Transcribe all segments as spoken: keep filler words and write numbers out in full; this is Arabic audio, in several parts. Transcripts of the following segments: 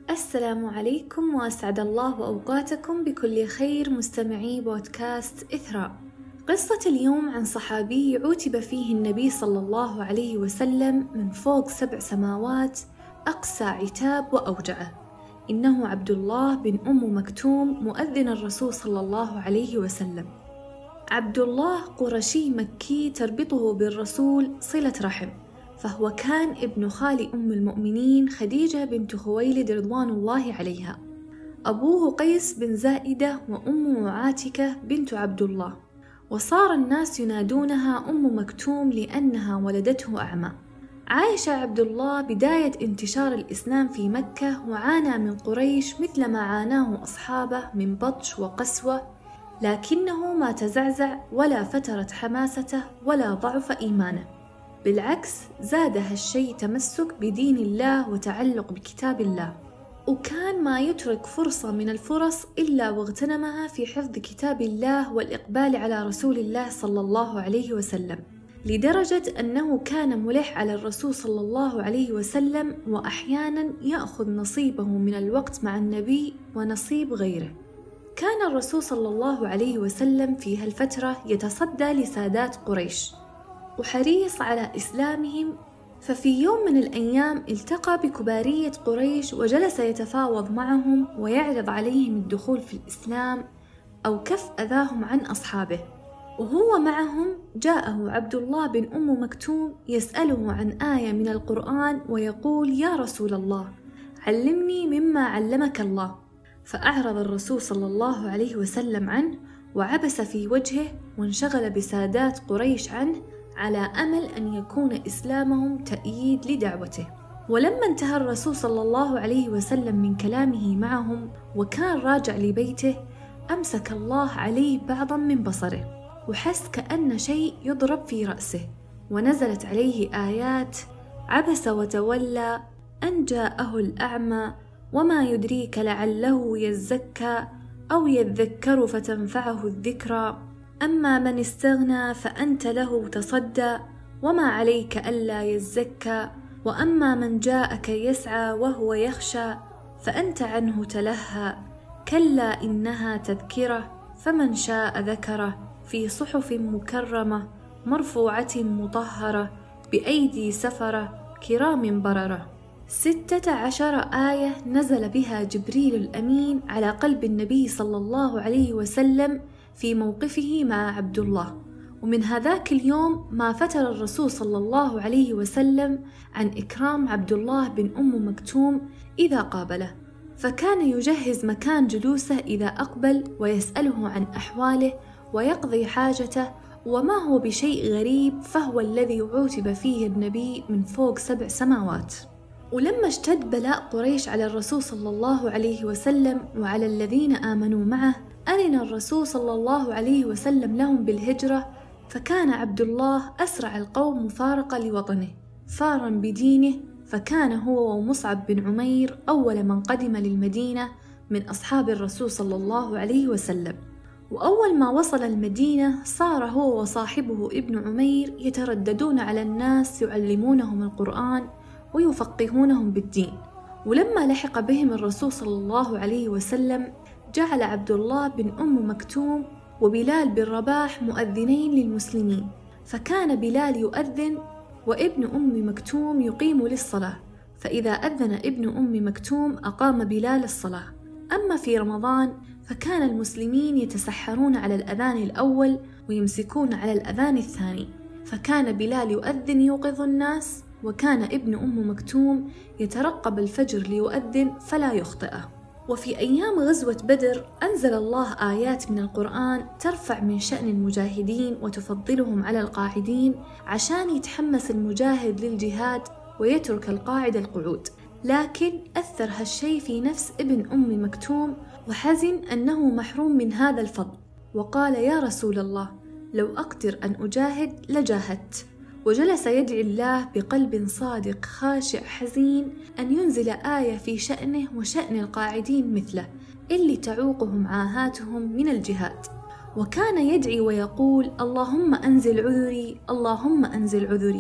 السلام عليكم وأسعد الله أوقاتكم بكل خير مستمعي بودكاست إثراء. قصة اليوم عن صحابي عوتب فيه النبي صلى الله عليه وسلم من فوق سبع سماوات أقسى عتاب وأوجعه. إنه عبد الله بن أم مكتوم مؤذن الرسول صلى الله عليه وسلم. عبد الله قرشي مكي تربطه بالرسول صلة رحم، فهو كان ابن خال أم المؤمنين خديجة بنت خويلد رضوان الله عليها. أبوه قيس بن زائدة وأمه عاتكة بنت عبد الله، وصار الناس ينادونها أم مكتوم لأنها ولدته أعمى. عايش عبد الله بداية انتشار الإسلام في مكة، وعانى من قريش مثل ما عاناه أصحابه من بطش وقسوة، لكنه ما تزعزع ولا فترت حماسته ولا ضعف إيمانه، بالعكس زاد هالشيء تمسك بدين الله وتعلق بكتاب الله، وكان ما يترك فرصة من الفرص إلا واغتنمها في حفظ كتاب الله والإقبال على رسول الله صلى الله عليه وسلم، لدرجة أنه كان ملح على الرسول صلى الله عليه وسلم، وأحيانا يأخذ نصيبه من الوقت مع النبي ونصيب غيره. كان الرسول صلى الله عليه وسلم في هالفترة يتصدى لسادات قريش وحريص على إسلامهم، ففي يوم من الأيام التقى بكبارية قريش وجلس يتفاوض معهم ويعرض عليهم الدخول في الإسلام أو كف أذاهم عن أصحابه. وهو معهم جاءه عبد الله بن أم مكتوم يسأله عن آية من القرآن ويقول: يا رسول الله، علمني مما علمك الله. فأعرض الرسول صلى الله عليه وسلم عنه وعبس في وجهه وانشغل بسادات قريش عنه على أمل أن يكون إسلامهم تأييد لدعوته. ولما انتهى الرسول صلى الله عليه وسلم من كلامه معهم وكان راجع لبيته، أمسك الله عليه بعضا من بصره، وحس كأن شيء يضرب في رأسه، ونزلت عليه آيات: عبس وتولى أن جاءه الأعمى وما يدريك لعله يزكى أو يذكر فتنفعه الذكرى، أما من استغنى فأنت له تصدى وما عليك ألا يزكى، وأما من جاءك يسعى وهو يخشى فأنت عنه تلهى، كلا إنها تذكرة فمن شاء ذكره، في صحف مكرمة مرفوعة مطهرة بأيدي سفرة كرام بررة. ستة عشر آية نزل بها جبريل الأمين على قلب النبي صلى الله عليه وسلم في موقفه مع عبد الله. ومن هذاك اليوم ما فتر الرسول صلى الله عليه وسلم عن إكرام عبد الله بن أم مكتوم إذا قابله، فكان يجهز مكان جلوسه إذا أقبل ويسأله عن أحواله ويقضي حاجته، وما هو بشيء غريب، فهو الذي عوتب فيه النبي من فوق سبع سماوات. ولما اشتد بلاء قريش على الرسول صلى الله عليه وسلم وعلى الذين آمنوا معه، أذن الرسول صلى الله عليه وسلم لهم بالهجرة، فكان عبد الله أسرع القوم مفارقة لوطنه فارا بدينه، فكان هو ومصعب بن عمير أول من قدم للمدينة من أصحاب الرسول صلى الله عليه وسلم. وأول ما وصل المدينة صار هو وصاحبه ابن عمير يترددون على الناس يعلمونهم القرآن ويفقهونهم بالدين. ولما لحق بهم الرسول صلى الله عليه وسلم جعل عبد الله بن أم مكتوم وبلال بن رباح مؤذنين للمسلمين، فكان بلال يؤذن وابن أم مكتوم يقيم للصلاة، فإذا أذن ابن أم مكتوم أقام بلال الصلاة. أما في رمضان فكان المسلمين يتسحرون على الأذان الأول ويمسكون على الأذان الثاني، فكان بلال يؤذن يوقظ الناس، وكان ابن أم مكتوم يترقب الفجر ليؤذن فلا يخطئه. وفي أيام غزوة بدر أنزل الله آيات من القرآن ترفع من شأن المجاهدين وتفضلهم على القاعدين، عشان يتحمس المجاهد للجهاد ويترك القاعد القعود. لكن أثر هالشيء في نفس ابن أم مكتوم، وحزن أنه محروم من هذا الفضل، وقال: يا رسول الله، لو أقدر أن أجاهد لجاهدت. وجلس يدعي الله بقلب صادق خاشع حزين أن ينزل آية في شأنه وشأن القاعدين مثله اللي تعوقهم عاهاتهم من الجهاد. وكان يدعي ويقول: اللهم أنزل عذري، اللهم أنزل عذري.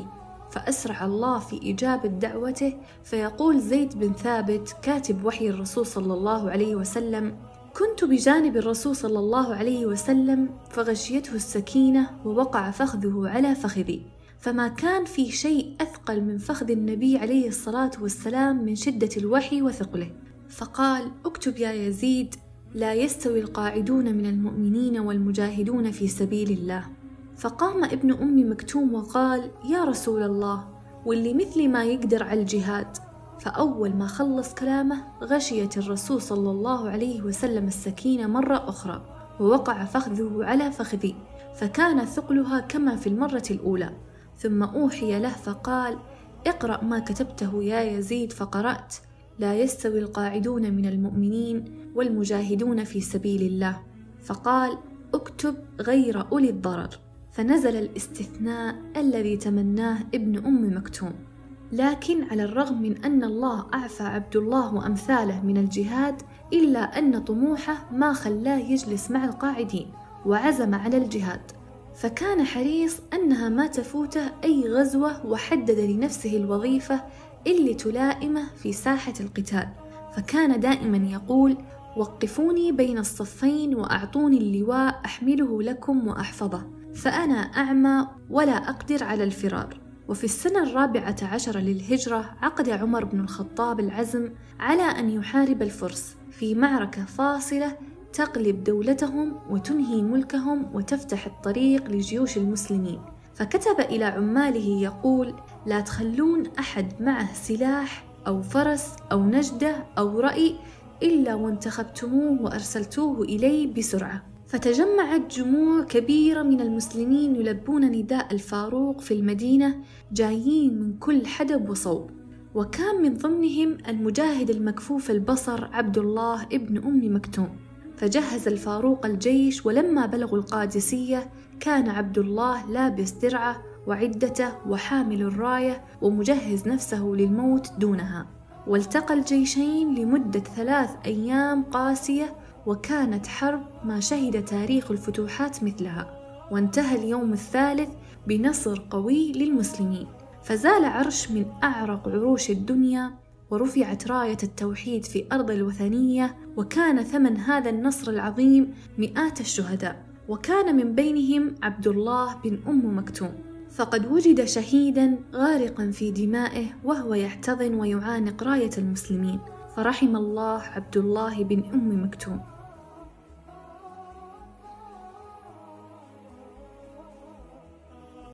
فأسرع الله في إجابة دعوته، فيقول زيد بن ثابت كاتب وحي الرسول صلى الله عليه وسلم: كنت بجانب الرسول صلى الله عليه وسلم فغشيته السكينة ووقع فخذه على فخذي، فما كان في شيء أثقل من فخذ النبي عليه الصلاة والسلام من شدة الوحي وثقله. فقال: اكتب يا يزيد: لا يستوي القاعدون من المؤمنين والمجاهدون في سبيل الله. فقام ابن أم مكتوم وقال: يا رسول الله، واللي مثلي ما يقدر على الجهاد. فأول ما خلص كلامه غشيت الرسول صلى الله عليه وسلم السكينة مرة أخرى، ووقع فخذه على فخذي، فكان ثقلها كما في المرة الأولى. ثم أوحي له فقال: اقرأ ما كتبته يا يزيد. فقرأت: لا يستوي القاعدون من المؤمنين والمجاهدون في سبيل الله. فقال: اكتب غير أولي الضرر. فنزل الاستثناء الذي تمناه ابن أم مكتوم. لكن على الرغم من أن الله أعفى عبد الله وأمثاله من الجهاد، إلا أن طموحه ما خلاه يجلس مع القاعدين، وعزم على الجهاد، فكان حريص أنها ما تفوته أي غزوة، وحدد لنفسه الوظيفة اللي تلائمه في ساحة القتال. فكان دائما يقول: وقفوني بين الصفين وأعطوني اللواء أحمله لكم وأحفظه، فأنا أعمى ولا أقدر على الفرار. وفي السنة الرابعة عشر للهجرة عقد عمر بن الخطاب العزم على أن يحارب الفرس في معركة فاصلة تقلب دولتهم وتنهي ملكهم وتفتح الطريق لجيوش المسلمين. فكتب إلى عماله يقول: لا تخلون أحد معه سلاح أو فرس أو نجدة أو رأي إلا وانتخبتموه وأرسلتوه إلي بسرعة. فتجمعت جموع كبيرة من المسلمين يلبون نداء الفاروق في المدينة، جايين من كل حدب وصوب. وكان من ضمنهم المجاهد المكفوف البصر عبد الله ابن أم مكتوم. فجهز الفاروق الجيش، ولما بلغوا القادسية كان عبد الله لابس درعه وعدته وحامل الراية ومجهز نفسه للموت دونها. والتقى الجيشين لمدة ثلاث أيام قاسية، وكانت حرب ما شهد تاريخ الفتوحات مثلها. وانتهى اليوم الثالث بنصر قوي للمسلمين، فزال عرش من أعرق عروش الدنيا، ورفعت راية التوحيد في أرض الوثنية. وكان ثمن هذا النصر العظيم مئات الشهداء، وكان من بينهم عبد الله بن أم مكتوم. فقد وجد شهيدا غارقا في دمائه وهو يحتضن ويعانق راية المسلمين، فرحم الله عبد الله بن أم مكتوم.